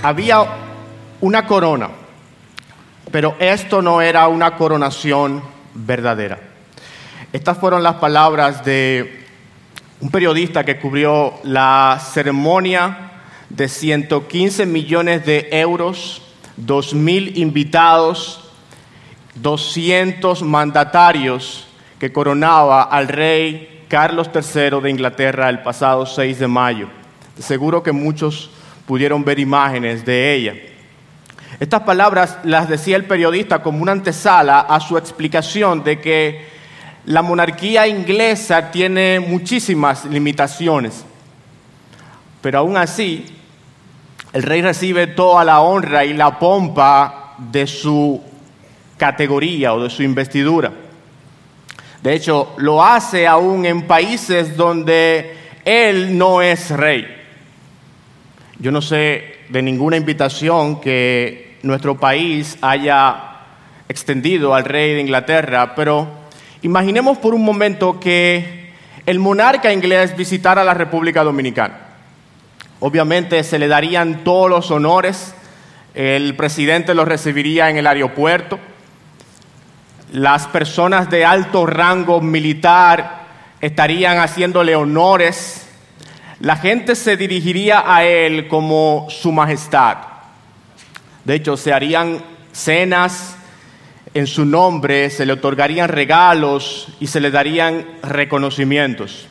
había una corona, pero esto no era una coronación verdadera. Estas fueron las palabras de un periodista que cubrió la ceremonia de 115 millones de euros, 2.000 invitados, 200 mandatarios que coronaba al rey Carlos III de Inglaterra el pasado 6 de mayo. Seguro que muchos pudieron ver imágenes de ella. Estas palabras las decía el periodista como una antesala a su explicación de que la monarquía inglesa tiene muchísimas limitaciones, pero aún así el rey recibe toda la honra y la pompa de su categoría o de su investidura. De hecho, lo hace aún en países donde él no es rey. Yo no sé de ninguna invitación que nuestro país haya extendido al rey de Inglaterra, pero imaginemos por un momento que el monarca inglés visitara la República Dominicana. Obviamente se le darían todos los honores, el presidente lo recibiría en el aeropuerto, las personas de alto rango militar estarían haciéndole honores, la gente se dirigiría a él como su majestad. De hecho, se harían cenas en su nombre, se le otorgarían regalos y se le darían reconocimientos.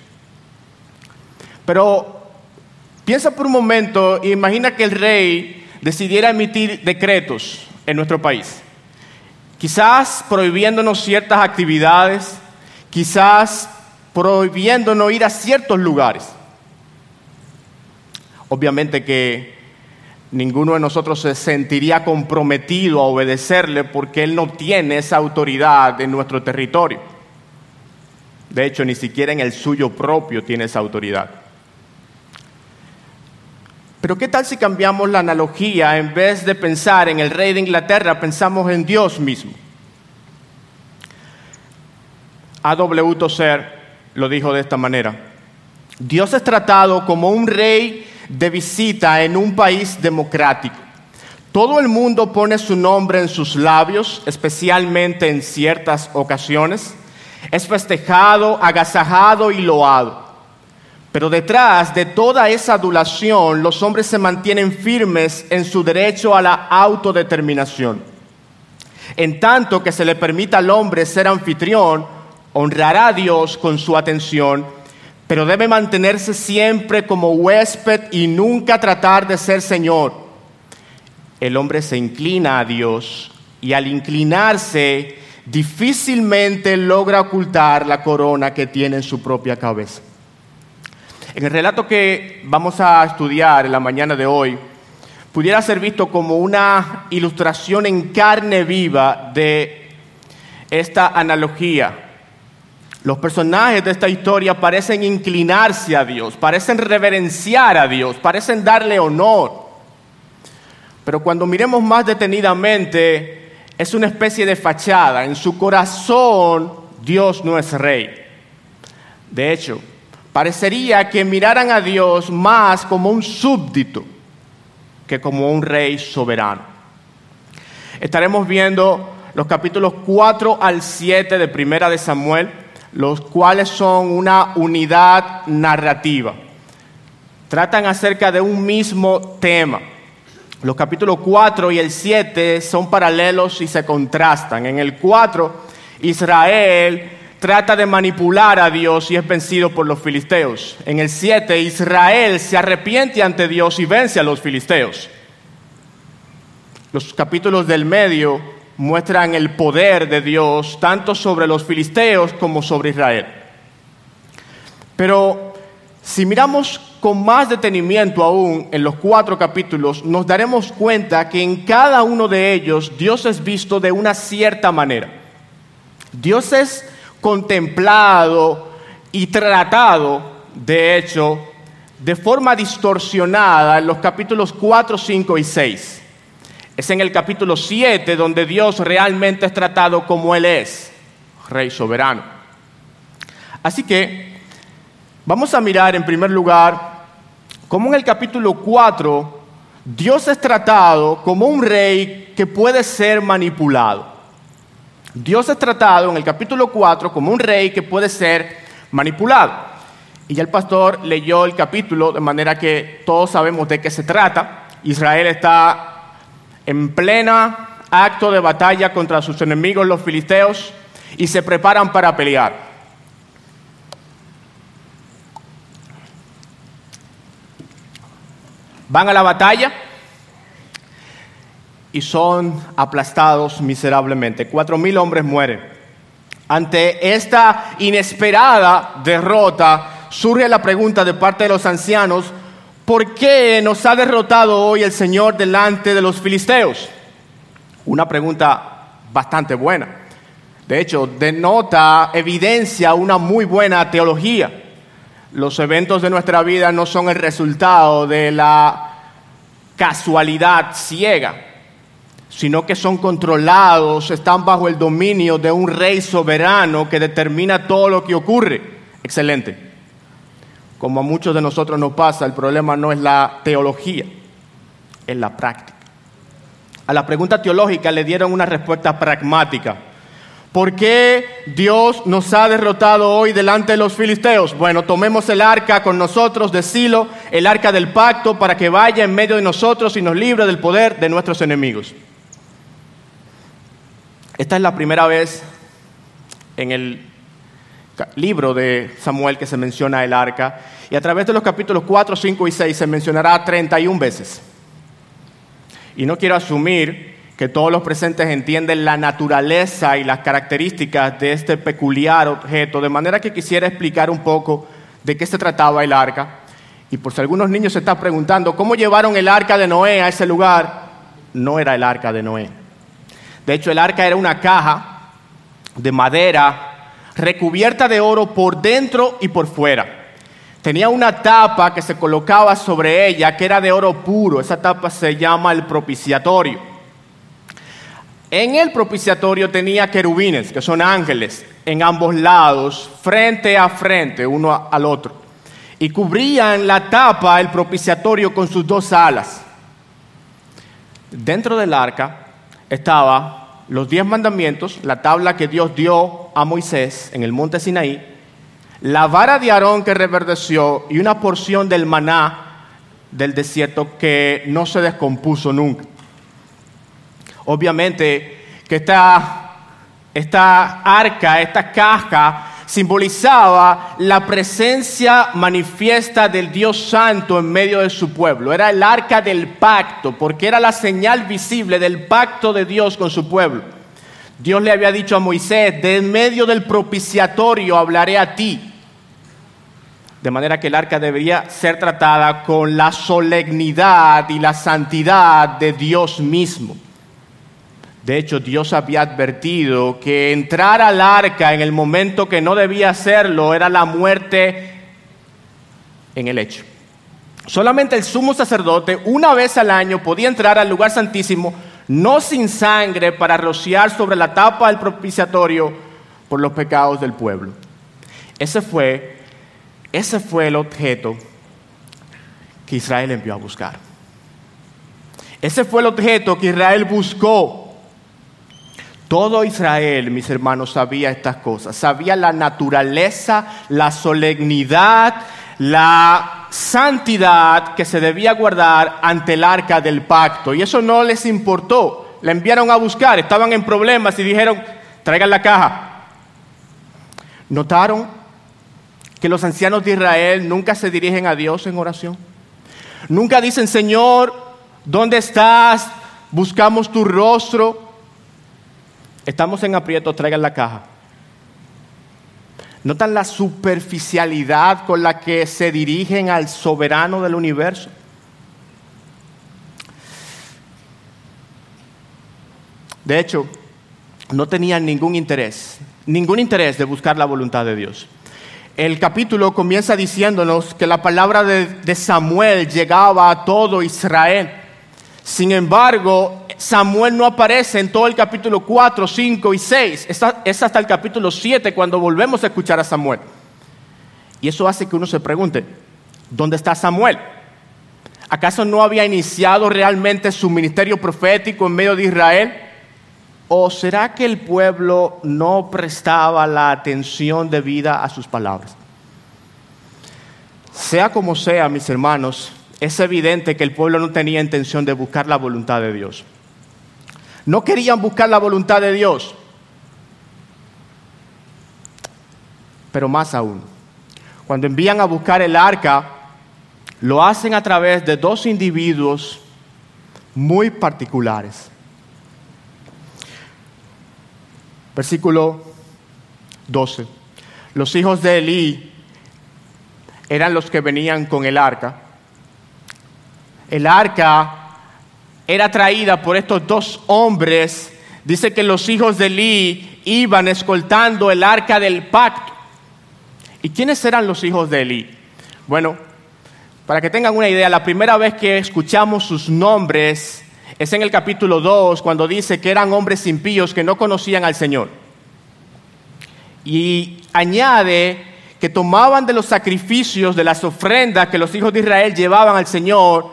Pero piensa por un momento e imagina que el rey decidiera emitir decretos en nuestro país. Quizás prohibiéndonos ciertas actividades, quizás prohibiéndonos ir a ciertos lugares. Obviamente que ninguno de nosotros se sentiría comprometido a obedecerle porque él no tiene esa autoridad en nuestro territorio. De hecho, ni siquiera en el suyo propio tiene esa autoridad. Pero ¿qué tal si cambiamos la analogía? En vez de pensar en el rey de Inglaterra, pensamos en Dios mismo. A.W. Tozer lo dijo de esta manera: Dios es tratado como un rey de visita en un país democrático. Todo el mundo pone su nombre en sus labios, especialmente en ciertas ocasiones. Es festejado, agasajado y loado. Pero detrás de toda esa adulación, los hombres se mantienen firmes en su derecho a la autodeterminación. En tanto que se le permita al hombre ser anfitrión, honrará a Dios con su atención, pero debe mantenerse siempre como huésped y nunca tratar de ser señor. El hombre se inclina a Dios y al inclinarse difícilmente logra ocultar la corona que tiene en su propia cabeza. En el relato que vamos a estudiar en la mañana de hoy, pudiera ser visto como una ilustración en carne viva de esta analogía. Los personajes de esta historia parecen inclinarse a Dios, parecen reverenciar a Dios, parecen darle honor. Pero cuando miremos más detenidamente, es una especie de fachada. En su corazón, Dios no es rey. De hecho, parecería que miraran a Dios más como un súbdito que como un rey soberano. Estaremos viendo los capítulos 4 al 7 de Primera de Samuel, los cuales son una unidad narrativa. Tratan acerca de un mismo tema. Los capítulos 4 y el 7 son paralelos y se contrastan. En el 4, Israel trata de manipular a Dios y es vencido por los filisteos. En el 7, Israel se arrepiente ante Dios y vence a los filisteos. Los capítulos del medio muestran el poder de Dios tanto sobre los filisteos como sobre Israel. Pero si miramos con más detenimiento aún en los 4 capítulos, nos daremos cuenta que en cada uno de ellos Dios es visto de una cierta manera. Dios es contemplado y tratado, de hecho, de forma distorsionada en los capítulos 4, 5 y 6. Es en el capítulo 7 donde Dios realmente es tratado como Él es, Rey soberano. Así que vamos a mirar en primer lugar cómo en el capítulo 4 Dios es tratado como un rey que puede ser manipulado. Dios es tratado en el capítulo 4 como un rey que puede ser manipulado. Y ya el pastor leyó el capítulo de manera que todos sabemos de qué se trata. Israel está en plena acto de batalla contra sus enemigos los filisteos y se preparan para pelear. Van a la batalla y son aplastados miserablemente. 4,000 hombres mueren. Ante esta inesperada derrota, surge la pregunta de parte de los ancianos: ¿por qué nos ha derrotado hoy el Señor delante de los filisteos? Una pregunta bastante buena. De hecho, denota, evidencia una muy buena teología. Los eventos de nuestra vida no son el resultado de la casualidad ciega, sino que son controlados, están bajo el dominio de un rey soberano que determina todo lo que ocurre. Excelente. Como a muchos de nosotros nos pasa, el problema no es la teología, es la práctica. A la pregunta teológica le dieron una respuesta pragmática. ¿Por qué Dios nos ha derrotado hoy delante de los filisteos? Bueno, tomemos el arca con nosotros de Silo, el arca del pacto, para que vaya en medio de nosotros y nos libre del poder de nuestros enemigos. Esta es la primera vez en el libro de Samuel que se menciona el arca, y a través de los capítulos 4, 5 y 6 se mencionará 31 veces. Y no quiero asumir que todos los presentes entienden la naturaleza y las características de este peculiar objeto, de manera que quisiera explicar un poco de qué se trataba el arca. Y por si algunos niños se están preguntando cómo llevaron el arca de Noé a ese lugar, no era el arca de Noé. De hecho, el arca era una caja de madera recubierta de oro por dentro y por fuera. Tenía una tapa que se colocaba sobre ella que era de oro puro. Esa tapa se llama el propiciatorio. En el propiciatorio tenía querubines, que son ángeles, en ambos lados, frente a frente, uno al otro. Y cubrían la tapa, el propiciatorio, con sus 2 alas. Dentro del arca estaban los 10 mandamientos, la tabla que Dios dio a Moisés en el monte Sinaí, la vara de Aarón que reverdeció y una porción del maná del desierto que no se descompuso nunca. Obviamente que esta arca, esta caja, simbolizaba la presencia manifiesta del Dios Santo en medio de su pueblo. Era el arca del pacto, porque era la señal visible del pacto de Dios con su pueblo. Dios le había dicho a Moisés: de en medio del propiciatorio hablaré a ti. De manera que el arca debería ser tratada con la solemnidad y la santidad de Dios mismo. De hecho, Dios había advertido que entrar al arca en el momento que no debía hacerlo era la muerte en el hecho. Solamente el sumo sacerdote, una vez al año, podía entrar al lugar santísimo, no sin sangre, para rociar sobre la tapa del propiciatorio por los pecados del pueblo. Ese fue el objeto que Israel envió a buscar. Ese fue el objeto que Israel buscó. Todo Israel, mis hermanos, sabía estas cosas. Sabía la naturaleza, la solemnidad, la santidad que se debía guardar ante el arca del pacto. Y eso no les importó. La enviaron a buscar, estaban en problemas y dijeron: traigan la caja. ¿Notaron que los ancianos de Israel nunca se dirigen a Dios en oración? Nunca dicen: Señor, ¿dónde estás? Buscamos tu rostro. Estamos en aprieto, traigan la caja. ¿Notan la superficialidad con la que se dirigen al soberano del universo? De hecho, no tenían ningún interés de buscar la voluntad de Dios. El capítulo comienza diciéndonos que la palabra de Samuel llegaba a todo Israel. Sin embargo, Samuel no aparece en todo el capítulo 4, 5 y 6. Es hasta el capítulo 7 cuando volvemos a escuchar a Samuel. Y eso hace que uno se pregunte: ¿dónde está Samuel? ¿Acaso no había iniciado realmente su ministerio profético en medio de Israel? ¿O será que el pueblo no prestaba la atención debida a sus palabras? Sea como sea, mis hermanos, es evidente que el pueblo no tenía intención de buscar la voluntad de Dios. No querían buscar la voluntad de Dios. Pero más aún, cuando envían a buscar el arca, lo hacen a través de dos individuos muy particulares. Versículo 12. Los hijos de Elí eran los que venían con el arca. El arca era traída por estos dos hombres. Dice que los hijos de Elí iban escoltando el arca del pacto. ¿Y quiénes eran los hijos de Elí? Bueno, para que tengan una idea, la primera vez que escuchamos sus nombres es en el capítulo 2, cuando dice que eran hombres impíos que no conocían al Señor. Y añade que tomaban de los sacrificios, de las ofrendas que los hijos de Israel llevaban al Señor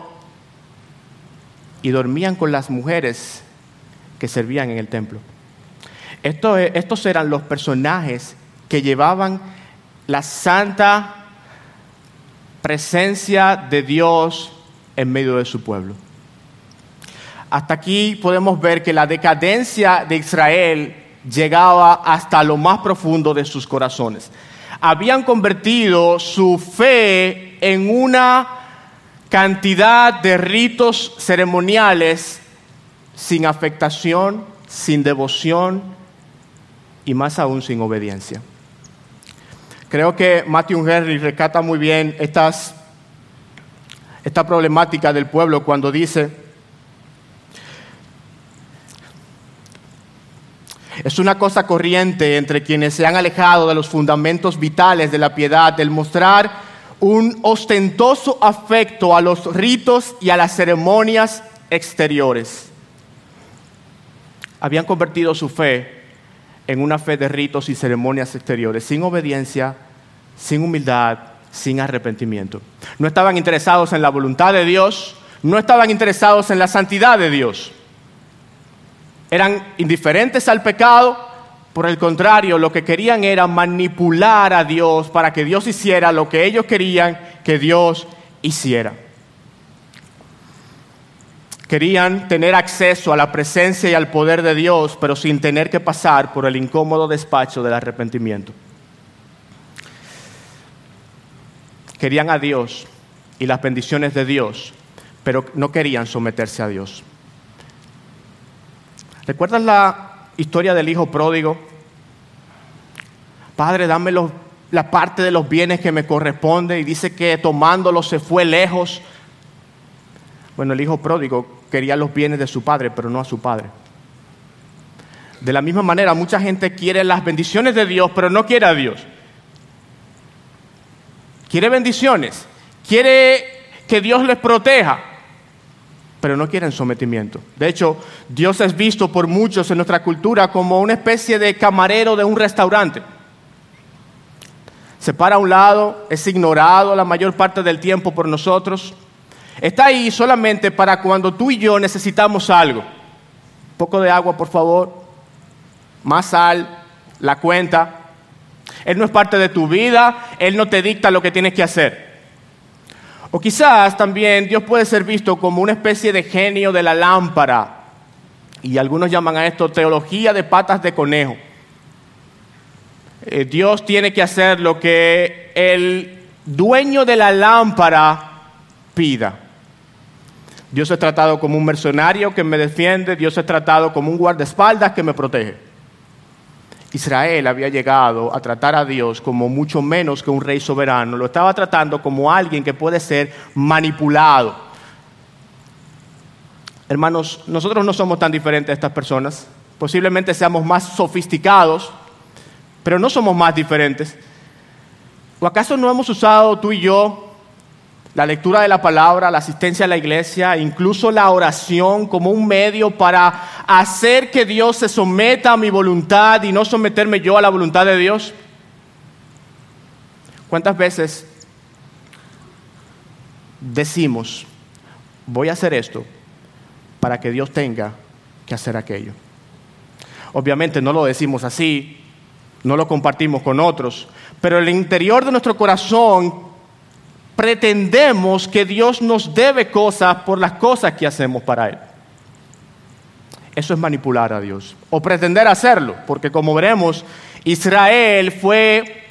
y dormían con las mujeres que servían en el templo. Estos eran los personajes que llevaban la santa presencia de Dios en medio de su pueblo. Hasta aquí podemos ver que la decadencia de Israel llegaba hasta lo más profundo de sus corazones. Habían convertido su fe en una cantidad de ritos ceremoniales sin afectación, sin devoción y más aún sin obediencia. Creo que Matthew Henry rescata muy bien esta problemática del pueblo cuando dice: es una cosa corriente entre quienes se han alejado de los fundamentos vitales de la piedad el mostrar un ostentoso afecto a los ritos y a las ceremonias exteriores. Habían convertido su fe en una fe de ritos y ceremonias exteriores, sin obediencia, sin humildad, sin arrepentimiento. No estaban interesados en la voluntad de Dios, no estaban interesados en la santidad de Dios. Eran indiferentes al pecado, por el contrario, lo que querían era manipular a Dios para que Dios hiciera lo que ellos querían que Dios hiciera. Querían tener acceso a la presencia y al poder de Dios, pero sin tener que pasar por el incómodo despacho del arrepentimiento. Querían a Dios y las bendiciones de Dios, pero no querían someterse a Dios. ¿Recuerdan la historia del hijo pródigo? Padre, dame la parte de los bienes que me corresponde, y dice que tomándolo se fue lejos. Bueno, el hijo pródigo quería los bienes de su padre, pero no a su padre. De la misma manera, mucha gente quiere las bendiciones de Dios, pero no quiere a Dios. Quiere bendiciones, quiere que Dios les proteja, pero no quieren sometimiento. De hecho, Dios es visto por muchos en nuestra cultura como una especie de camarero de un restaurante. Se para a un lado, es ignorado la mayor parte del tiempo por nosotros. Está ahí solamente para cuando tú y yo necesitamos algo. Un poco de agua, por favor. Más sal, la cuenta. Él no es parte de tu vida, Él no te dicta lo que tienes que hacer. O quizás también Dios puede ser visto como una especie de genio de la lámpara. Y algunos llaman a esto teología de patas de conejo. Dios tiene que hacer lo que el dueño de la lámpara pida. Dios es tratado como un mercenario que me defiende, Dios es tratado como un guardaespaldas que me protege. Israel había llegado a tratar a Dios como mucho menos que un rey soberano, lo estaba tratando como alguien que puede ser manipulado. Hermanos, nosotros no somos tan diferentes a estas personas, posiblemente seamos más sofisticados, pero no somos más diferentes. ¿O acaso no hemos usado tú y yo la lectura de la palabra, la asistencia a la iglesia, incluso la oración como un medio para hacer que Dios se someta a mi voluntad y no someterme yo a la voluntad de Dios? ¿Cuántas veces decimos, voy a hacer esto para que Dios tenga que hacer aquello. Obviamente no lo decimos así, no lo compartimos con otros, pero en el interior de nuestro corazón pretendemos que Dios nos debe cosas por las cosas que hacemos para Él. Eso es manipular a Dios, o pretender hacerlo, porque como veremos, Israel fue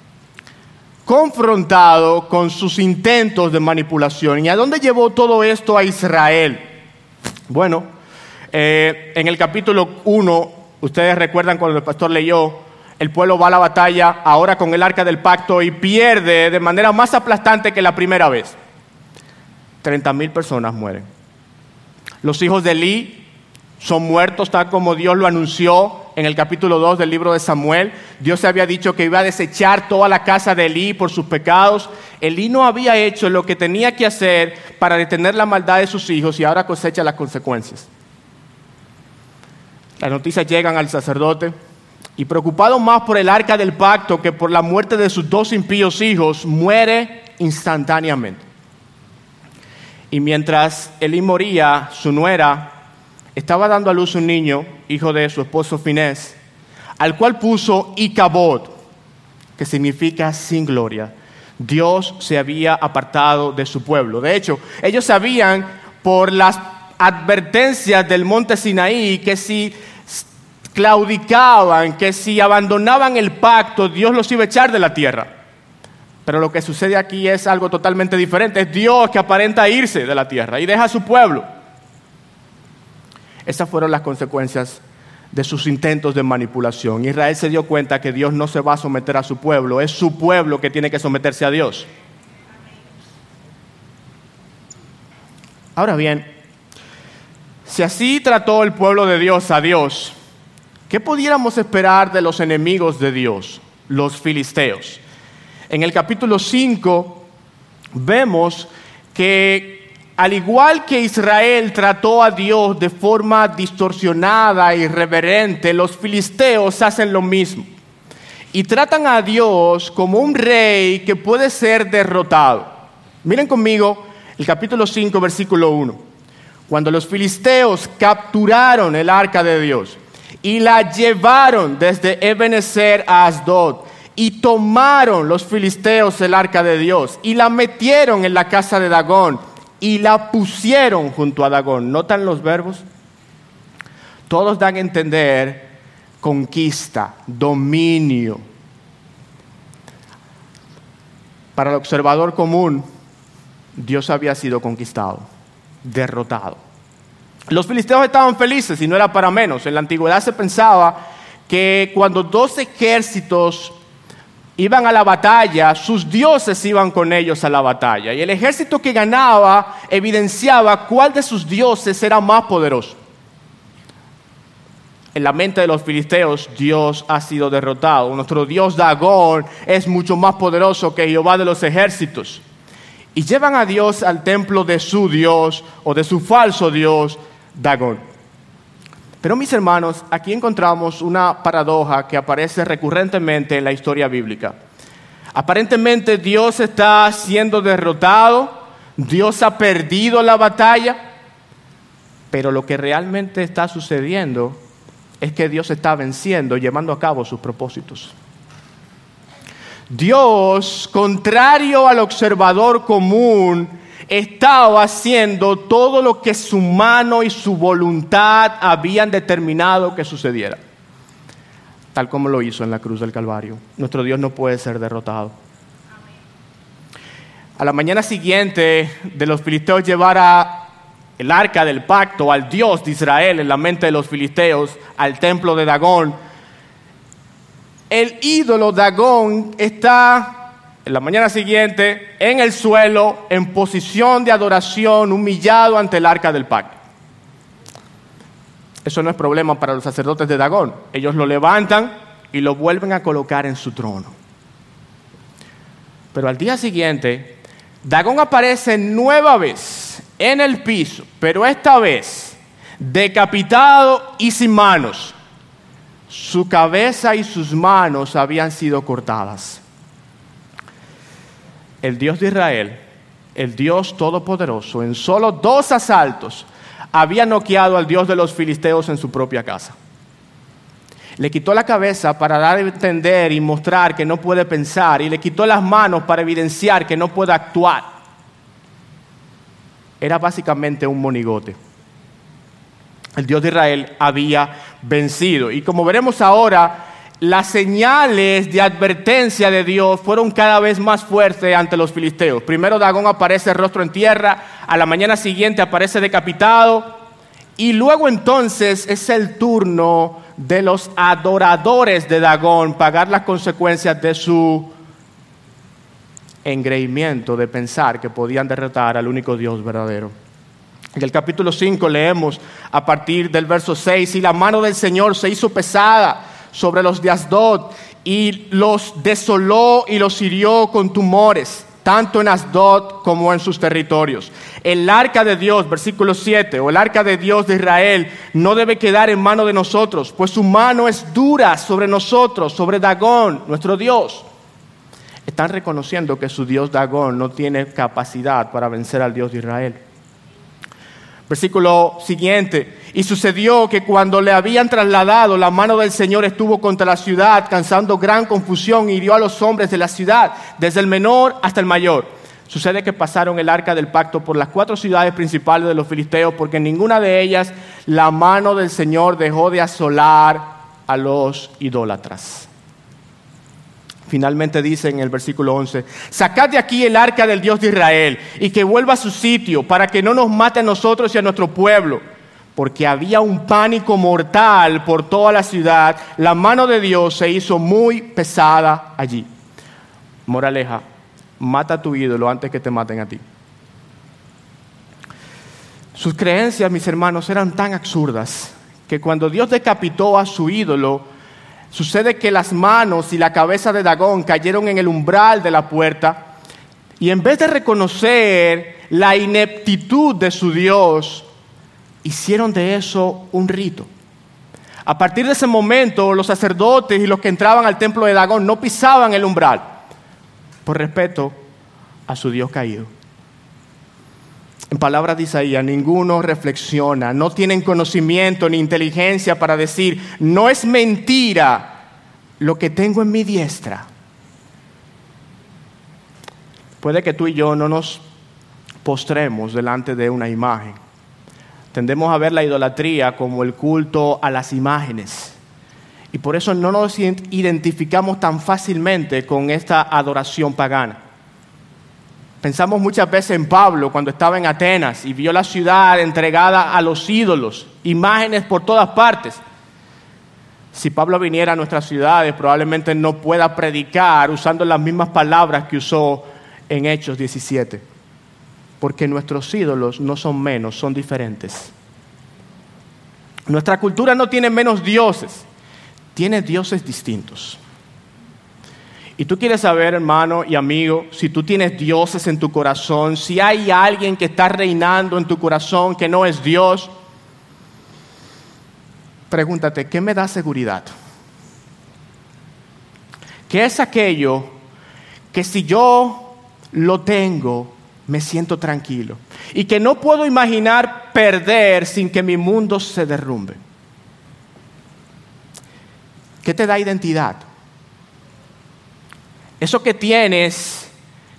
confrontado con sus intentos de manipulación. ¿Y a dónde llevó todo esto a Israel? Bueno, en el capítulo 1, ustedes recuerdan cuando el pastor leyó, el pueblo va a la batalla ahora con el arca del pacto y pierde de manera más aplastante que la primera vez. 30,000 personas mueren. Los hijos de Elí son muertos tal como Dios lo anunció en el capítulo 2 del libro de Samuel. Dios se había dicho que iba a desechar toda la casa de Elí por sus pecados. Elí no había hecho lo que tenía que hacer para detener la maldad de sus hijos y ahora cosecha las consecuencias. Las noticias llegan al sacerdote y, preocupado más por el arca del pacto que por la muerte de sus 2 impíos hijos, muere instantáneamente. Y mientras Elí moría, su nuera estaba dando a luz un niño, hijo de su esposo Finés, al cual puso Icabod, que significa sin gloria. Dios se había apartado de su pueblo. De hecho, ellos sabían por las advertencias del monte Sinaí que si claudicaban, que si abandonaban el pacto, Dios los iba a echar de la tierra. Pero lo que sucede aquí es algo totalmente diferente. Es Dios que aparenta irse de la tierra y deja a su pueblo. Esas fueron las consecuencias de sus intentos de manipulación. Israel se dio cuenta que Dios no se va a someter a su pueblo, es su pueblo que tiene que someterse a Dios. Ahora bien, si así trató el pueblo de Dios a Dios, ¿qué pudiéramos esperar de los enemigos de Dios, los filisteos? En el capítulo 5 vemos que al igual que Israel trató a Dios de forma distorsionada e irreverente, los filisteos hacen lo mismo y tratan a Dios como un rey que puede ser derrotado. Miren conmigo el capítulo 5, versículo 1. Cuando los filisteos capturaron el arca de Dios y la llevaron desde Ebenezer a Asdod, y tomaron los filisteos el arca de Dios y la metieron en la casa de Dagón y la pusieron junto a Dagón. ¿Notan los verbos? Todos dan a entender conquista, dominio. Para el observador común, Dios había sido conquistado, derrotado. Los filisteos estaban felices y no era para menos. En la antigüedad se pensaba que cuando 2 ejércitos iban a la batalla, sus dioses iban con ellos a la batalla. Y el ejército que ganaba evidenciaba cuál de sus dioses era más poderoso. En la mente de los filisteos, Dios ha sido derrotado. Nuestro Dios Dagón es mucho más poderoso que Jehová de los ejércitos. Y llevan a Dios al templo de su Dios o de su falso Dios Dagón. Pero mis hermanos, aquí encontramos una paradoja que aparece recurrentemente en la historia bíblica. Aparentemente Dios está siendo derrotado, Dios ha perdido la batalla, pero lo que realmente está sucediendo es que Dios está venciendo, llevando a cabo sus propósitos. Dios, contrario al observador común, estaba haciendo todo lo que su mano y su voluntad habían determinado que sucediera, tal como lo hizo en la cruz del Calvario. Nuestro Dios no puede ser derrotado. A la mañana siguiente de los filisteos llevar el arca del pacto al Dios de Israel en la mente de los filisteos, al templo de Dagón, el ídolo Dagón está en la mañana siguiente en el suelo, en posición de adoración, humillado ante el arca del pacto. Eso no es problema para los sacerdotes de Dagón. Ellos lo levantan y lo vuelven a colocar en su trono. Pero al día siguiente, Dagón aparece nueva vez en el piso, pero esta vez decapitado y sin manos. Su cabeza y sus manos habían sido cortadas. El Dios de Israel el Dios Todopoderoso, en solo 2 asaltos, había noqueado al Dios de los filisteos en su propia casa. Le quitó la cabeza para dar a entender y mostrar que no puede pensar, y le quitó las manos para evidenciar que no puede actuar. Era básicamente un monigote. El Dios de Israel había vencido. Y como veremos ahora, las señales de advertencia de Dios fueron cada vez más fuertes ante los filisteos. Primero Dagón aparece rostro en tierra, a la mañana siguiente aparece decapitado, y luego entonces es el turno de los adoradores de Dagón pagar las consecuencias de su engreimiento de pensar que podían derrotar al único Dios verdadero. En el capítulo 5 leemos a partir del verso 6, y la mano del Señor se hizo pesada sobre los de Asdod, y los desoló y los hirió con tumores, tanto en Asdod como en sus territorios. El arca de Dios, versículo 7, o el arca de Dios de Israel, no debe quedar en mano de nosotros, pues su mano es dura sobre nosotros, sobre Dagón, nuestro Dios. Están reconociendo que su Dios Dagón no tiene capacidad para vencer al Dios de Israel. Versículo siguiente, y sucedió que cuando le habían trasladado, la mano del Señor estuvo contra la ciudad, causando gran confusión, y hirió a los hombres de la ciudad, desde el menor hasta el mayor. Sucede que pasaron el arca del pacto por las 4 ciudades principales de los filisteos, porque en ninguna de ellas la mano del Señor dejó de asolar a los idólatras. Finalmente dice en el versículo 11, sacad de aquí el arca del Dios de Israel, y que vuelva a su sitio, para que no nos mate a nosotros y a nuestro pueblo. Porque había un pánico mortal por toda la ciudad. La mano de Dios se hizo muy pesada allí. Moraleja, mata a tu ídolo antes que te maten a ti. Sus creencias, mis hermanos, eran tan absurdas que cuando Dios decapitó a su ídolo, sucede que las manos y la cabeza de Dagón cayeron en el umbral de la puerta, y en vez de reconocer la ineptitud de su Dios, hicieron de eso un rito. A partir de ese momento, los sacerdotes y los que entraban al templo de Dagón no pisaban el umbral, por respeto a su Dios caído. En palabras de Isaías, ninguno reflexiona, no tienen conocimiento ni inteligencia para decir, no es mentira lo que tengo en mi diestra. Puede que tú y yo no nos postremos delante de una imagen. Tendemos a ver la idolatría como el culto a las imágenes. Y por eso no nos identificamos tan fácilmente con esta adoración pagana. Pensamos muchas veces en Pablo cuando estaba en Atenas y vio la ciudad entregada a los ídolos, imágenes por todas partes. Si Pablo viniera a nuestras ciudades, probablemente no pueda predicar usando las mismas palabras que usó en Hechos 17. Porque nuestros ídolos no son menos, son diferentes. Nuestra cultura no tiene menos dioses, tiene dioses distintos. Y tú quieres saber, hermano y amigo, si tú tienes dioses en tu corazón, si hay alguien que está reinando en tu corazón que no es Dios, pregúntate, ¿qué me da seguridad? ¿Qué es aquello que si yo lo tengo, me siento tranquilo? Y que no puedo imaginar perder sin que mi mundo se derrumbe. ¿Qué te da identidad? Eso que tienes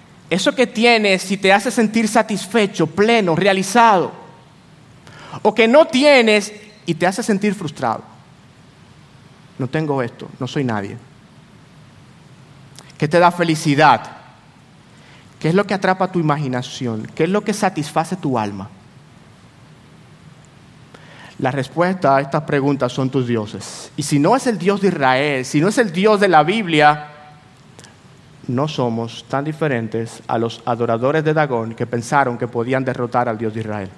y te hace sentir satisfecho, pleno, realizado. O que no tienes y te hace sentir frustrado. No tengo esto, no soy nadie. ¿Qué te da felicidad? ¿Qué es lo que atrapa tu imaginación? ¿Qué es lo que satisface tu alma? La respuesta a estas preguntas son tus dioses. Y si no es el Dios de Israel, si no es el Dios de la Biblia, no somos tan diferentes a los adoradores de Dagón que pensaron que podían derrotar al Dios de Israel.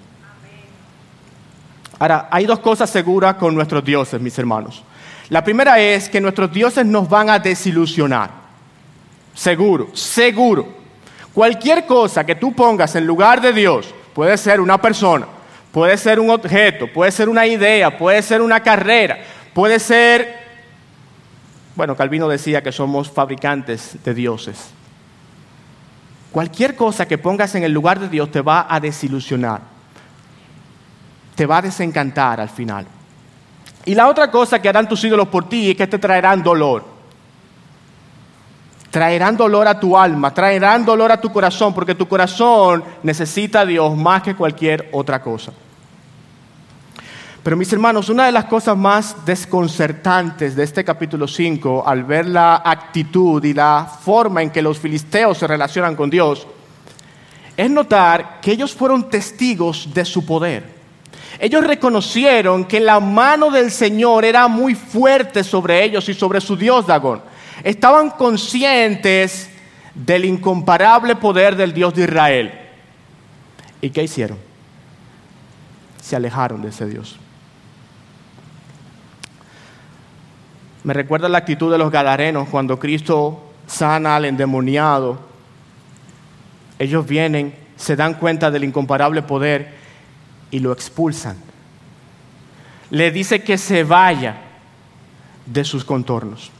Ahora, hay 2 cosas seguras con nuestros dioses, mis hermanos. La primera es que nuestros dioses nos van a desilusionar. Seguro, seguro. Cualquier cosa que tú pongas en lugar de Dios, puede ser una persona, puede ser un objeto, puede ser una idea, puede ser una carrera, puede ser... Bueno, Calvino decía que somos fabricantes de dioses. Cualquier cosa que pongas en el lugar de Dios te va a desilusionar, te va a desencantar al final. Y la otra cosa que harán tus ídolos por ti es que te traerán dolor. Traerán dolor a tu alma, traerán dolor a tu corazón, porque tu corazón necesita a Dios más que cualquier otra cosa. Pero mis hermanos, una de las cosas más desconcertantes de este capítulo 5, al ver la actitud y la forma en que los filisteos se relacionan con Dios, es notar que ellos fueron testigos de su poder. Ellos reconocieron que la mano del Señor era muy fuerte sobre ellos y sobre su Dios Dagón. Estaban conscientes del incomparable poder del Dios de Israel. ¿Y qué hicieron? Se alejaron de ese Dios. Me recuerda la actitud de los gadarenos cuando Cristo sana al endemoniado. Ellos vienen, se dan cuenta del incomparable poder y lo expulsan. Le dice que se vaya de sus contornos.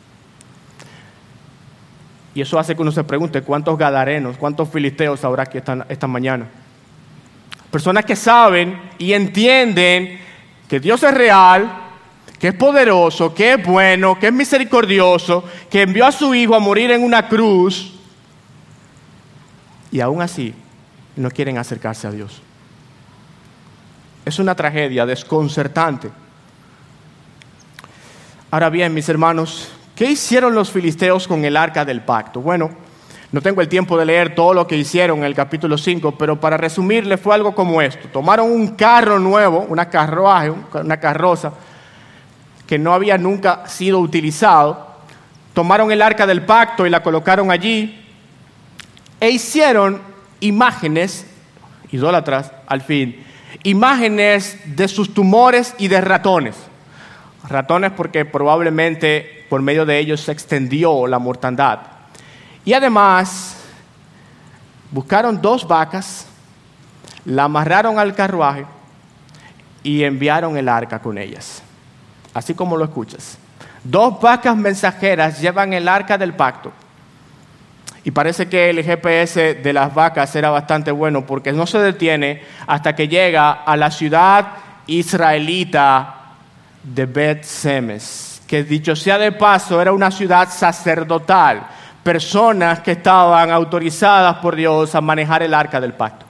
Y eso hace que uno se pregunte, ¿cuántos gadarenos, cuántos filisteos habrá aquí esta mañana? Personas que saben y entienden que Dios es real, que es poderoso, que es bueno, que es misericordioso, que envió a su Hijo a morir en una cruz, y aún así no quieren acercarse a Dios. Es una tragedia desconcertante. Ahora bien, mis hermanos, ¿qué hicieron los filisteos con el arca del pacto? Bueno, no tengo el tiempo de leer todo lo que hicieron en el capítulo 5, pero para resumirle fue algo como esto. Tomaron un carro nuevo, una carroza, que no había nunca sido utilizado. Tomaron el arca del pacto y la colocaron allí e hicieron imágenes, idólatras al fin, imágenes de sus tumores y de ratones. Ratones porque probablemente por medio de ellos se extendió la mortandad. Y además buscaron 2 vacas, la amarraron al carruaje y enviaron el arca con ellas. Así como lo escuchas. 2 vacas mensajeras llevan el arca del pacto. Y parece que el GPS de las vacas era bastante bueno porque no se detiene hasta que llega a la ciudad israelita de Bet-Semes, que dicho sea de paso era una ciudad sacerdotal, personas que estaban autorizadas por Dios a manejar el arca del pacto.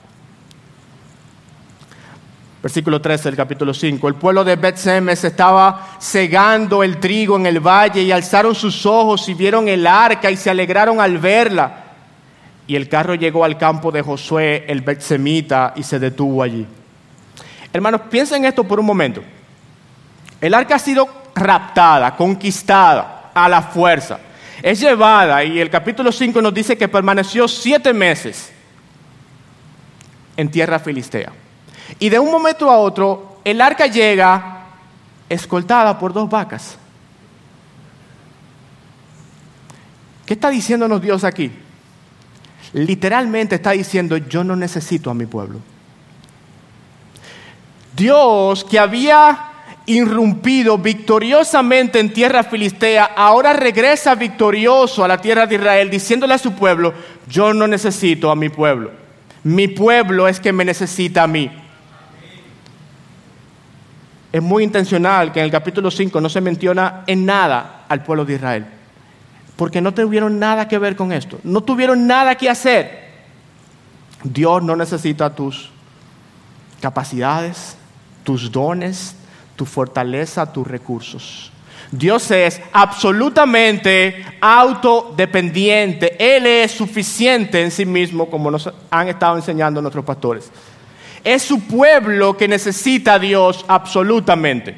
Versículo 13 del capítulo 5. El pueblo de Bet-Semes estaba segando el trigo en el valle y alzaron sus ojos y vieron el arca y se alegraron al verla. Y el carro llegó al campo de Josué, el Bet-Semita, y se detuvo allí. Hermanos, piensen esto por un momento. El arca ha sido raptada, conquistada a la fuerza. Es llevada, y el capítulo 5 nos dice que permaneció 7 meses en tierra filistea. Y de un momento a otro, el arca llega escoltada por 2 vacas. ¿Qué está diciéndonos Dios aquí? Literalmente está diciendo, yo no necesito a mi pueblo. Dios, que había irrumpido victoriosamente en tierra filistea, ahora regresa victorioso a la tierra de Israel, diciéndole a su pueblo, yo no necesito a mi pueblo. Mi pueblo es que me necesita a mí. Es muy intencional que en el capítulo 5 no se menciona en nada al pueblo de Israel, porque no tuvieron nada que ver con esto, no tuvieron nada que hacer. Dios no necesita tus capacidades, tus dones, tu fortaleza, tus recursos. Dios es absolutamente autodependiente. Él es suficiente en sí mismo, como nos han estado enseñando nuestros pastores. Es su pueblo que necesita a Dios absolutamente.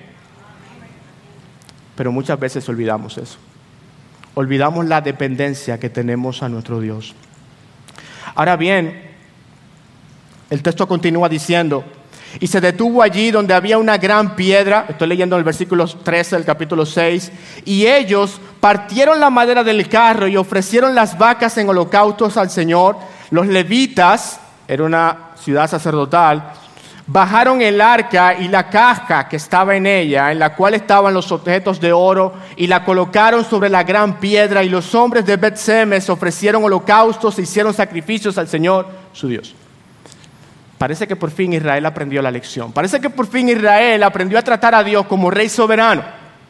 Pero muchas veces olvidamos eso. Olvidamos la dependencia que tenemos a nuestro Dios. Ahora bien, el texto continúa diciendo, y se detuvo allí donde había una gran piedra, estoy leyendo el versículo 13 del capítulo 6, y ellos partieron la madera del carro y ofrecieron las vacas en holocaustos al Señor. Los levitas, era una ciudad sacerdotal, bajaron el arca y la caja que estaba en ella, en la cual estaban los objetos de oro, y la colocaron sobre la gran piedra, y los hombres de Bet-Semes ofrecieron holocaustos e hicieron sacrificios al Señor, su Dios. Parece que por fin Israel aprendió la lección. Parece que por fin Israel aprendió a tratar a Dios como rey soberano.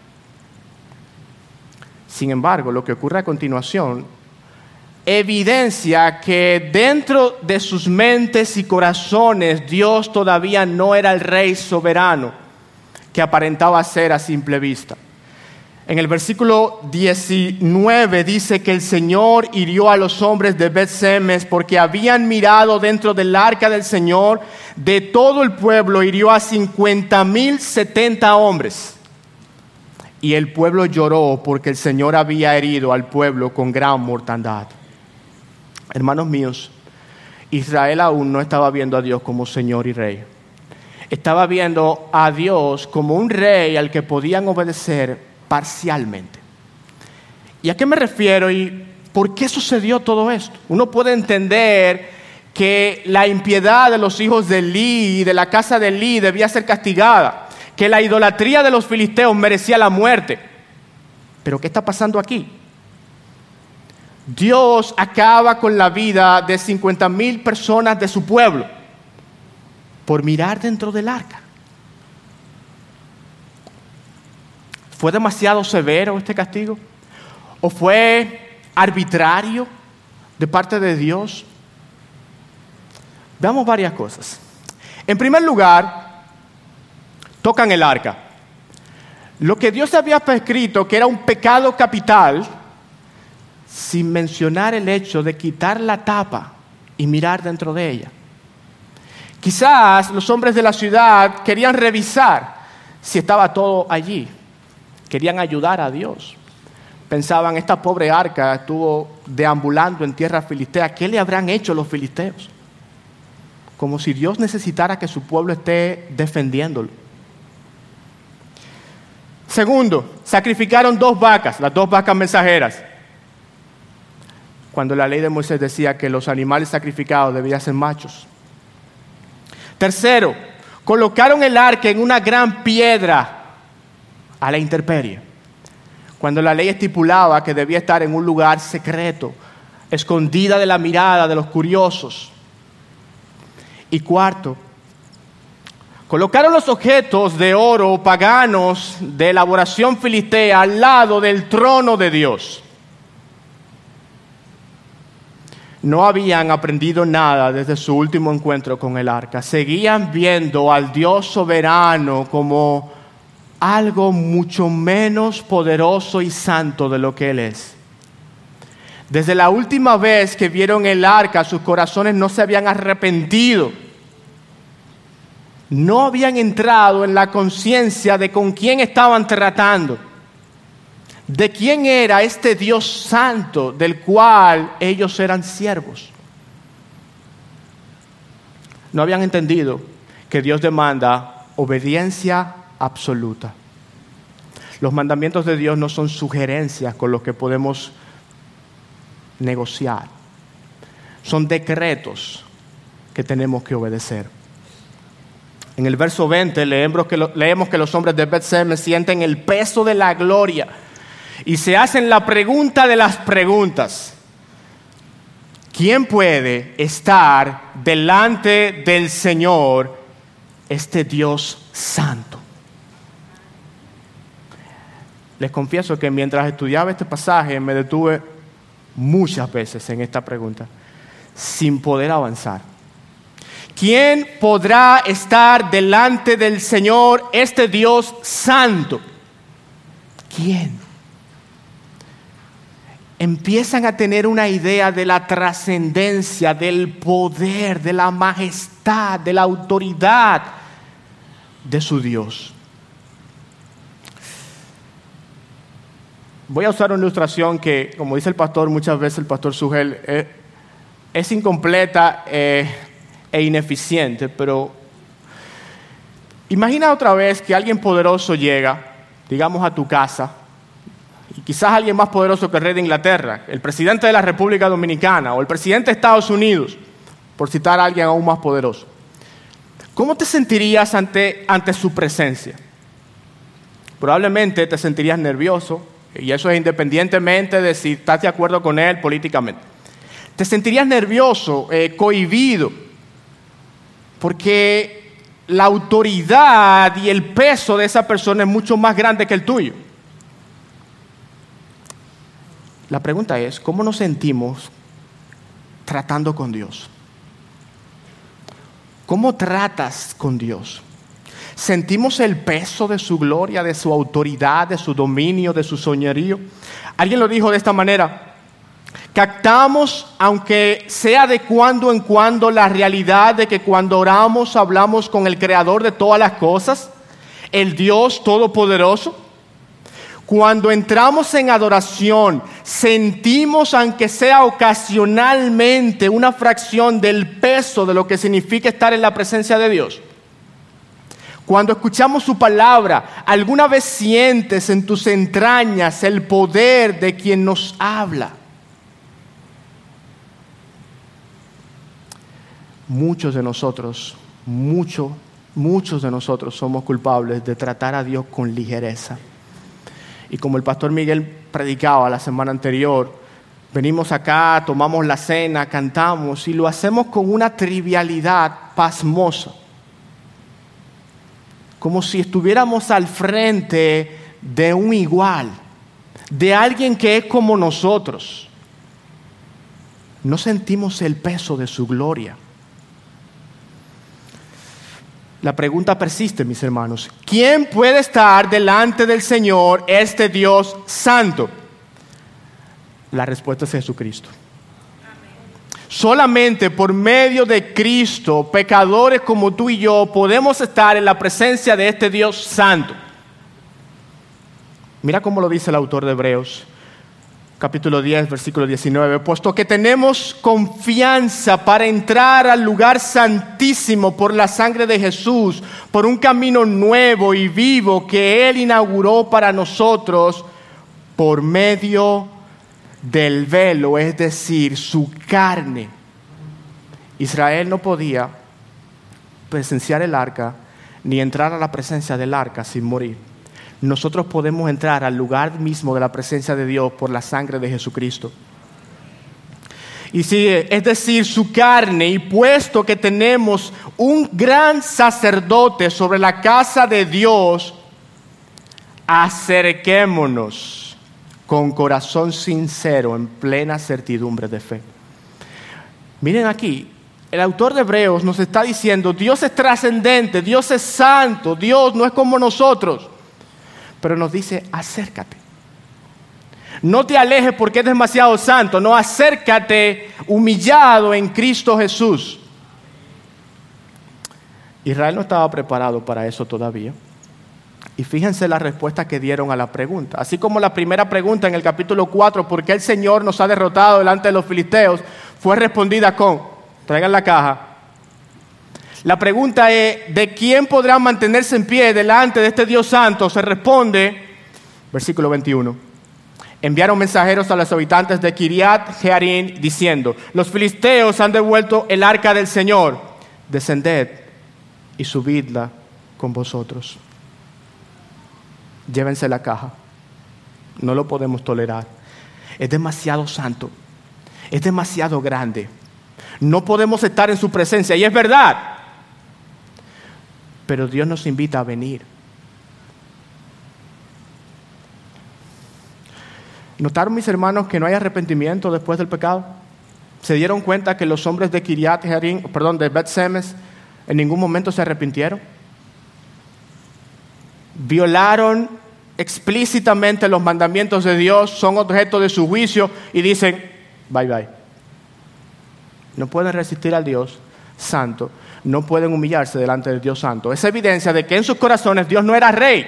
Sin embargo, lo que ocurre a continuación evidencia que dentro de sus mentes y corazones Dios todavía no era el rey soberano que aparentaba ser a simple vista. En el versículo 19 dice que el Señor hirió a los hombres de Bet-Semes porque habían mirado dentro del arca del Señor. De todo el pueblo hirió a 50,070 hombres. Y el pueblo lloró porque el Señor había herido al pueblo con gran mortandad. Hermanos míos, Israel aún no estaba viendo a Dios como Señor y Rey. Estaba viendo a Dios como un rey al que podían obedecer parcialmente. ¿Y a qué me refiero y por qué sucedió todo esto? Uno puede entender que la impiedad de los hijos de Elí y de la casa de Elí debía ser castigada, que la idolatría de los filisteos merecía la muerte. Pero ¿qué está pasando aquí? Dios acaba con la vida de 50,000 personas de su pueblo por mirar dentro del arca. ¿Fue demasiado severo este castigo? ¿O fue arbitrario de parte de Dios? Veamos varias cosas. En primer lugar, tocan el arca. Lo que Dios había prescrito que era un pecado capital, sin mencionar el hecho de quitar la tapa y mirar dentro de ella. Quizás los hombres de la ciudad querían revisar si estaba todo allí. Querían ayudar a Dios. Pensaban, esta pobre arca estuvo deambulando en tierra filistea. ¿Qué le habrán hecho los filisteos? Como si Dios necesitara que su pueblo esté defendiéndolo. Segundo, sacrificaron 2 vacas, las 2 vacas mensajeras. Cuando la ley de Moisés decía que los animales sacrificados debían ser machos. Tercero, colocaron el arca en una gran piedra a la intemperie, cuando la ley estipulaba que debía estar en un lugar secreto, escondida de la mirada de los curiosos. Y cuarto, colocaron los objetos de oro paganos de elaboración filistea al lado del trono de Dios. No habían aprendido nada desde su último encuentro con el arca. Seguían viendo al Dios soberano como algo mucho menos poderoso y santo de lo que Él es. Desde la última vez que vieron el arca, sus corazones no se habían arrepentido. No habían entrado en la conciencia de con quién estaban tratando, de quién era este Dios santo del cual ellos eran siervos. No habían entendido que Dios demanda obediencia absoluta. Los mandamientos de Dios no son sugerencias con los que podemos negociar. Son decretos que tenemos que obedecer. En el verso 20 leemos que los hombres de Bet-Semes sienten el peso de la gloria y se hacen la pregunta de las preguntas. ¿Quién puede estar delante del Señor, este Dios santo? Les confieso que mientras estudiaba este pasaje me detuve muchas veces en esta pregunta, sin poder avanzar. ¿Quién podrá estar delante del Señor, este Dios santo? ¿Quién? Empiezan a tener una idea de la trascendencia, del poder, de la majestad, de la autoridad de su Dios. Voy a usar una ilustración que, como dice el pastor, muchas veces el pastor Sugel, es incompleta e ineficiente, pero imagina otra vez que alguien poderoso llega, digamos, a tu casa, y quizás alguien más poderoso que el rey de Inglaterra, el presidente de la República Dominicana o el presidente de Estados Unidos, por citar a alguien aún más poderoso. ¿Cómo te sentirías ante su presencia? Probablemente te sentirías nervioso, y eso es independientemente de si estás de acuerdo con Él políticamente. Te sentirías nervioso, cohibido, porque la autoridad y el peso de esa persona es mucho más grande que el tuyo. La pregunta es, ¿cómo nos sentimos tratando con Dios? ¿Cómo tratas con Dios? ¿Sentimos el peso de su gloria, de su autoridad, de su dominio, de su señorío? Alguien lo dijo de esta manera: captamos, aunque sea de cuando en cuando, la realidad de que cuando oramos hablamos con el Creador de todas las cosas, el Dios Todopoderoso. Cuando entramos en adoración, sentimos, aunque sea ocasionalmente, una fracción del peso de lo que significa estar en la presencia de Dios. Cuando escuchamos su palabra, ¿alguna vez sientes en tus entrañas el poder de quien nos habla? Muchos de nosotros somos culpables de tratar a Dios con ligereza. Y como el pastor Miguel predicaba la semana anterior, venimos acá, tomamos la cena, cantamos y lo hacemos con una trivialidad pasmosa. Como si estuviéramos al frente de un igual, de alguien que es como nosotros. No sentimos el peso de su gloria. La pregunta persiste, mis hermanos. ¿Quién puede estar delante del Señor, este Dios santo? La respuesta es Jesucristo. Solamente por medio de Cristo, pecadores como tú y yo, podemos estar en la presencia de este Dios santo. Mira cómo lo dice el autor de Hebreos, capítulo 10, versículo 19. Puesto que tenemos confianza para entrar al lugar santísimo por la sangre de Jesús, por un camino nuevo y vivo que Él inauguró para nosotros por medio del velo, es decir, su carne. Israel no podía presenciar el arca ni entrar a la presencia del arca sin morir. Nosotros podemos entrar al lugar mismo de la presencia de Dios por la sangre de Jesucristo. Y sí, es decir, su carne, y puesto que tenemos un gran sacerdote sobre la casa de Dios, acerquémonos con corazón sincero, en plena certidumbre de fe. Miren aquí, el autor de Hebreos nos está diciendo, Dios es trascendente, Dios es santo, Dios no es como nosotros. Pero nos dice, acércate. No te alejes porque es demasiado santo, no, acércate humillado en Cristo Jesús. Israel no estaba preparado para eso todavía. Y fíjense la respuesta que dieron a la pregunta. Así como la primera pregunta en el capítulo 4, ¿por qué el Señor nos ha derrotado delante de los filisteos?, fue respondida con, traigan la caja. La pregunta es, ¿de quién podrá mantenerse en pie delante de este Dios santo? Se responde, versículo 21. Enviaron mensajeros a los habitantes de Kiriat Jearim diciendo, los filisteos han devuelto el arca del Señor. Descended y subidla con vosotros. Llévense la caja. No lo podemos tolerar. Es demasiado santo. Es demasiado grande. No podemos estar en su presencia. Y es verdad. Pero Dios nos invita a venir. ¿Notaron, mis hermanos, que no hay arrepentimiento después del pecado? ¿Se dieron cuenta que los hombres de Kiriat Jearim, de Bet-Semes, en ningún momento se arrepintieron? Violaron explícitamente los mandamientos de Dios, son objeto de su juicio y dicen, bye bye. No pueden resistir al Dios santo, no pueden humillarse delante del Dios santo. Es evidencia de que en sus corazones Dios no era rey.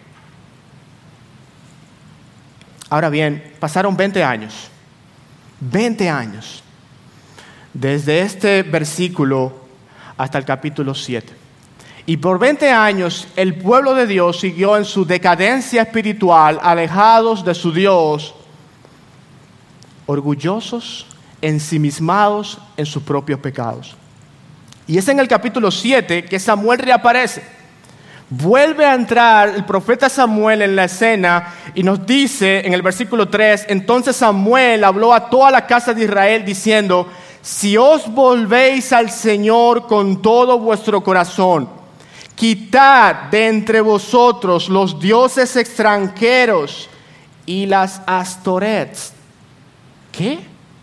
Ahora bien, pasaron 20 años. 20 años. Desde este versículo hasta el capítulo 7. Y por 20 años el pueblo de Dios siguió en su decadencia espiritual, alejados de su Dios, orgullosos, ensimismados en sus propios pecados. Y es en el capítulo 7 que Samuel reaparece. Vuelve a entrar el profeta Samuel en la escena y nos dice en el versículo 3, entonces Samuel habló a toda la casa de Israel diciendo, si os volvéis al Señor con todo vuestro corazón, quitad de entre vosotros los dioses extranjeros y las astorets. ¿Qué?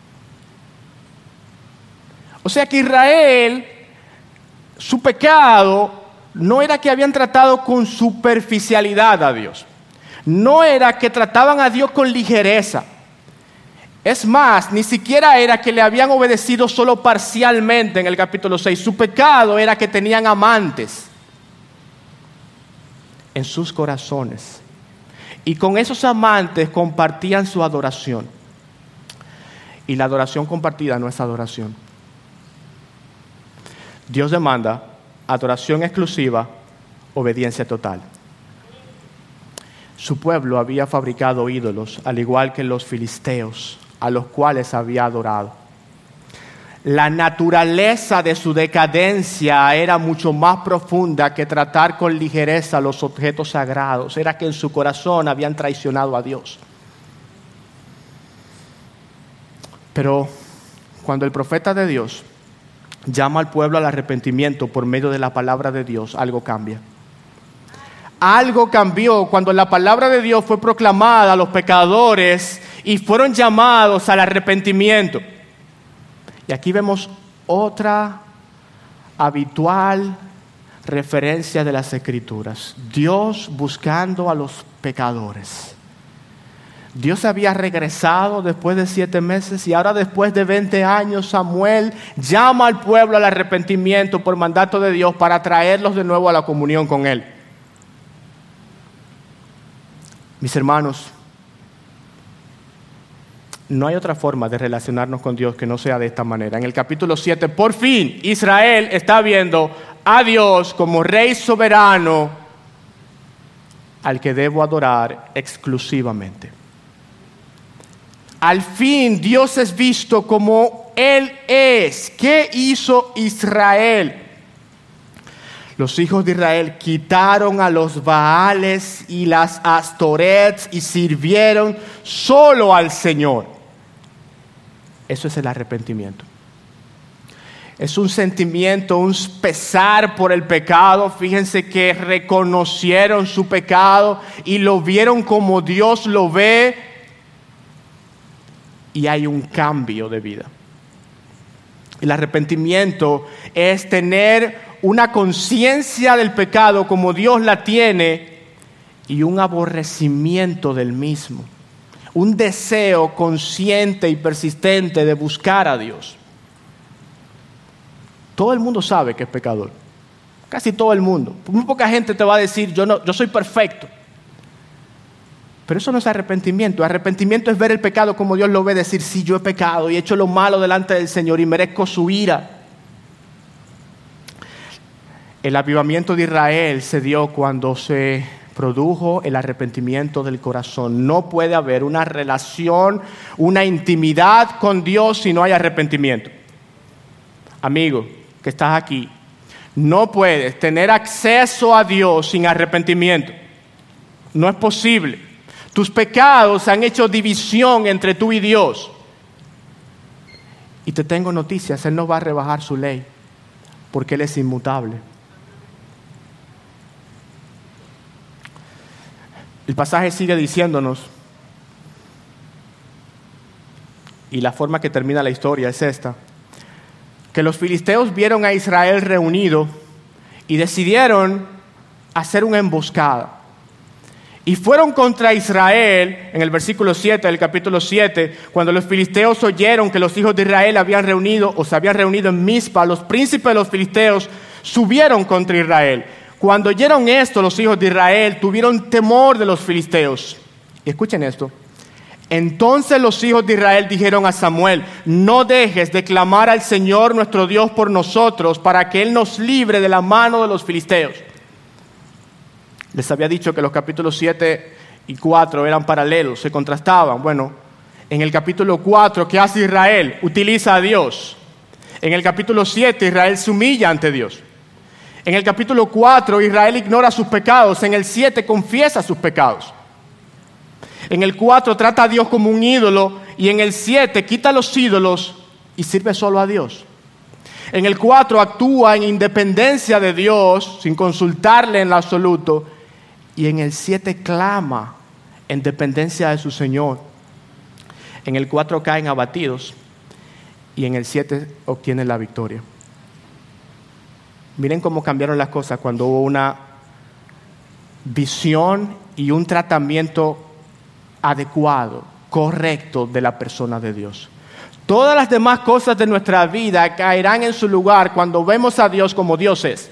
O sea que Israel, su pecado no era que habían tratado con superficialidad a Dios. No era que trataban a Dios con ligereza. Es más, ni siquiera era que le habían obedecido solo parcialmente en el capítulo 6. Su pecado era que tenían amantes en sus corazones. Y con esos amantes compartían su adoración. Y la adoración compartida no es adoración. Dios demanda adoración exclusiva, obediencia total. Su pueblo había fabricado ídolos, al igual que los filisteos, a los cuales había adorado. La naturaleza de su decadencia era mucho más profunda que tratar con ligereza los objetos sagrados. Era que en su corazón habían traicionado a Dios. Pero cuando el profeta de Dios llama al pueblo al arrepentimiento por medio de la palabra de Dios, algo cambia. Algo cambió cuando la palabra de Dios fue proclamada a los pecadores y fueron llamados al arrepentimiento. Y aquí vemos otra habitual referencia de las Escrituras. Dios buscando a los pecadores. Dios había regresado después de 7 meses y ahora después de 20 años Samuel llama al pueblo al arrepentimiento por mandato de Dios para traerlos de nuevo a la comunión con Él. Mis hermanos, no hay otra forma de relacionarnos con Dios que no sea de esta manera. En el capítulo 7, por fin, Israel está viendo a Dios como Rey soberano al que debo adorar exclusivamente. Al fin Dios es visto como Él es. ¿Qué hizo Israel? Los hijos de Israel quitaron a los Baales y las Astorets y sirvieron solo al Señor. Eso es el arrepentimiento. Es un sentimiento, un pesar por el pecado. Fíjense que reconocieron su pecado y lo vieron como Dios lo ve. Y hay un cambio de vida. El arrepentimiento es tener una conciencia del pecado como Dios la tiene y un aborrecimiento del mismo. Un deseo consciente y persistente de buscar a Dios. Todo el mundo sabe que es pecador. Casi todo el mundo. Muy poca gente te va a decir, yo soy perfecto. Pero eso no es arrepentimiento. Arrepentimiento es ver el pecado como Dios lo ve, decir, sí, yo he pecado y he hecho lo malo delante del Señor y merezco su ira. El avivamiento de Israel se dio cuando se produjo el arrepentimiento del corazón. No puede haber una relación, una intimidad con Dios si no hay arrepentimiento. Amigo, que estás aquí, no puedes tener acceso a Dios sin arrepentimiento. No es posible. Tus pecados han hecho división entre tú y Dios. Y te tengo noticias, Él no va a rebajar su ley, porque Él es inmutable. El pasaje sigue diciéndonos, y la forma que termina la historia es esta, que los filisteos vieron a Israel reunido y decidieron hacer una emboscada. Y fueron contra Israel, en el versículo 7 del capítulo 7, cuando los filisteos oyeron que los hijos de Israel habían reunido o se habían reunido en Mizpa, los príncipes de los filisteos subieron contra Israel. Cuando oyeron esto, los hijos de Israel tuvieron temor de los filisteos. Y escuchen esto. Entonces los hijos de Israel dijeron a Samuel, no dejes de clamar al Señor nuestro Dios por nosotros para que Él nos libre de la mano de los filisteos. Les había dicho que los capítulos 7 y 4 eran paralelos, se contrastaban. Bueno, en el capítulo 4, ¿qué hace Israel? Utiliza a Dios. En el capítulo 7, Israel se humilla ante Dios. En el capítulo 4, Israel ignora sus pecados. En el 7, confiesa sus pecados. En el 4, trata a Dios como un ídolo. Y en el 7, quita los ídolos y sirve solo a Dios. En el 4, actúa en independencia de Dios, sin consultarle en lo absoluto. Y en el 7, clama en dependencia de su Señor. En el 4, caen abatidos. Y en el 7, obtienen la victoria. Miren cómo cambiaron las cosas cuando hubo una visión y un tratamiento adecuado, correcto de la persona de Dios. Todas las demás cosas de nuestra vida caerán en su lugar cuando vemos a Dios como Dios es.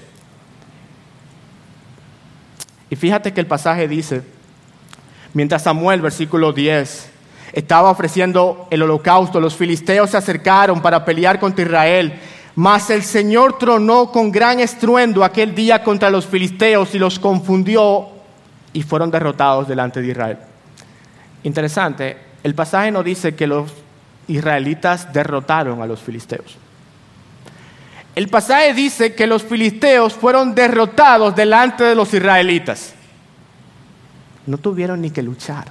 Y fíjate que el pasaje dice, mientras Samuel, versículo 10, estaba ofreciendo el holocausto, los filisteos se acercaron para pelear contra Israel. Mas el Señor tronó con gran estruendo aquel día contra los filisteos y los confundió y fueron derrotados delante de Israel. Interesante, el pasaje no dice que los israelitas derrotaron a los filisteos. El pasaje dice que los filisteos fueron derrotados delante de los israelitas. No tuvieron ni que luchar.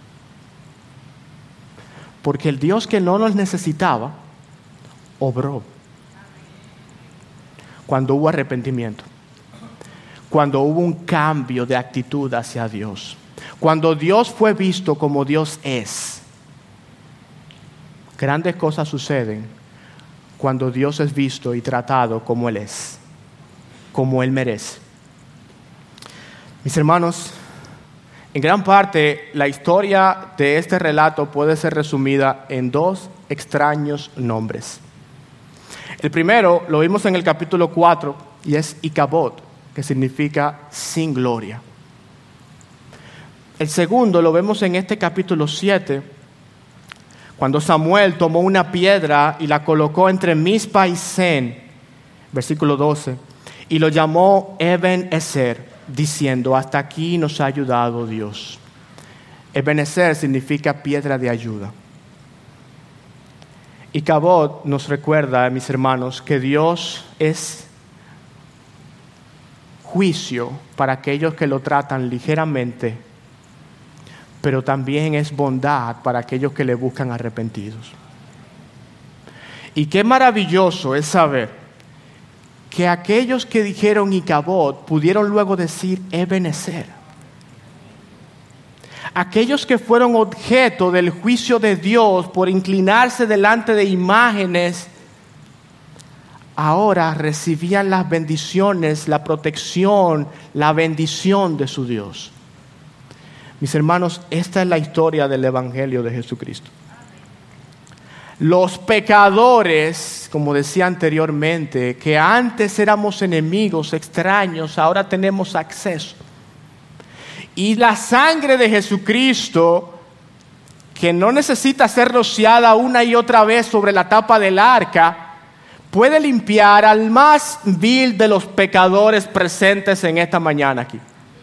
Porque el Dios que no los necesitaba, obró. Cuando hubo arrepentimiento, cuando hubo un cambio de actitud hacia Dios, cuando Dios fue visto como Dios es, grandes cosas suceden cuando Dios es visto y tratado como Él es, como Él merece. Mis hermanos, en gran parte la historia de este relato puede ser resumida en dos extraños nombres. El primero lo vimos en el capítulo 4 y es Icabod, que significa sin gloria. El segundo lo vemos en este capítulo 7, cuando Samuel tomó una piedra y la colocó entre Mizpa y Sen, versículo 12, y lo llamó Eben-Ezer, diciendo, hasta aquí nos ha ayudado Dios. Eben-Ezer significa piedra de ayuda. Icabod nos recuerda, mis hermanos, que Dios es juicio para aquellos que lo tratan ligeramente, pero también es bondad para aquellos que le buscan arrepentidos. Y qué maravilloso es saber que aquellos que dijeron Icabod pudieron luego decir Eben-Ezer. Aquellos que fueron objeto del juicio de Dios por inclinarse delante de imágenes, ahora recibían las bendiciones, la protección, la bendición de su Dios. Mis hermanos, esta es la historia del Evangelio de Jesucristo. Los pecadores, como decía anteriormente, que antes éramos enemigos, extraños, ahora tenemos acceso. Y la sangre de Jesucristo, que no necesita ser rociada una y otra vez sobre la tapa del arca, puede limpiar al más vil de los pecadores presentes en esta mañana aquí.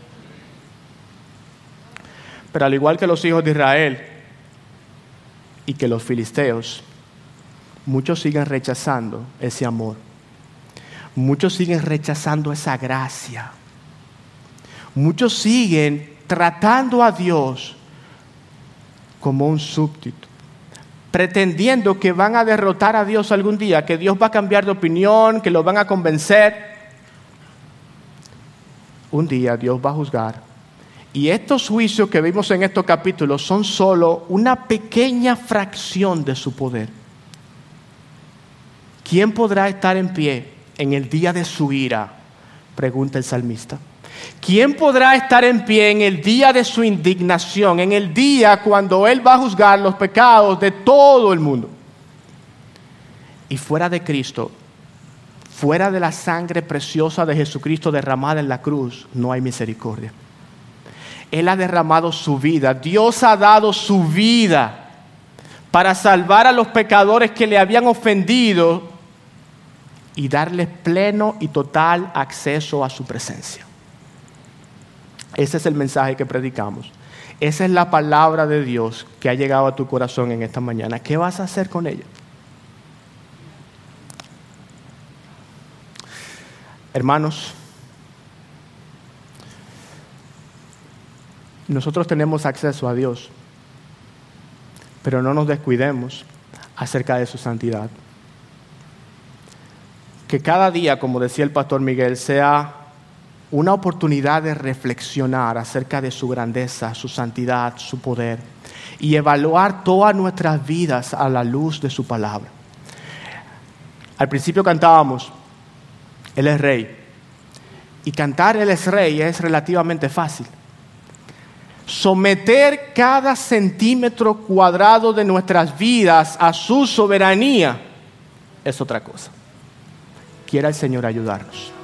Pero al igual que los hijos de Israel y que los filisteos, muchos siguen rechazando ese amor. Muchos siguen rechazando esa gracia. Muchos siguen tratando a Dios como un súbdito, pretendiendo que van a derrotar a Dios algún día, que Dios va a cambiar de opinión, que lo van a convencer. Un día Dios va a juzgar. Y estos juicios que vimos en estos capítulos son solo una pequeña fracción de su poder. ¿Quién podrá estar en pie en el día de su ira? Pregunta el salmista. ¿Quién podrá estar en pie en el día de su indignación, en el día cuando Él va a juzgar los pecados de todo el mundo? Y fuera de Cristo, fuera de la sangre preciosa de Jesucristo derramada en la cruz, no hay misericordia. Él ha derramado su vida. Dios ha dado su vida para salvar a los pecadores que le habían ofendido y darles pleno y total acceso a su presencia. Ese es el mensaje que predicamos. Esa es la palabra de Dios que ha llegado a tu corazón en esta mañana. ¿Qué vas a hacer con ella? Hermanos, nosotros tenemos acceso a Dios, pero no nos descuidemos acerca de su santidad. Que cada día, como decía el pastor Miguel, sea una oportunidad de reflexionar acerca de su grandeza, su santidad, su poder, y evaluar todas nuestras vidas a la luz de su palabra. Al principio cantábamos, Él es Rey. Y cantar Él es Rey es relativamente fácil. Someter cada centímetro cuadrado de nuestras vidas a su soberanía es otra cosa. Quiera el Señor ayudarnos.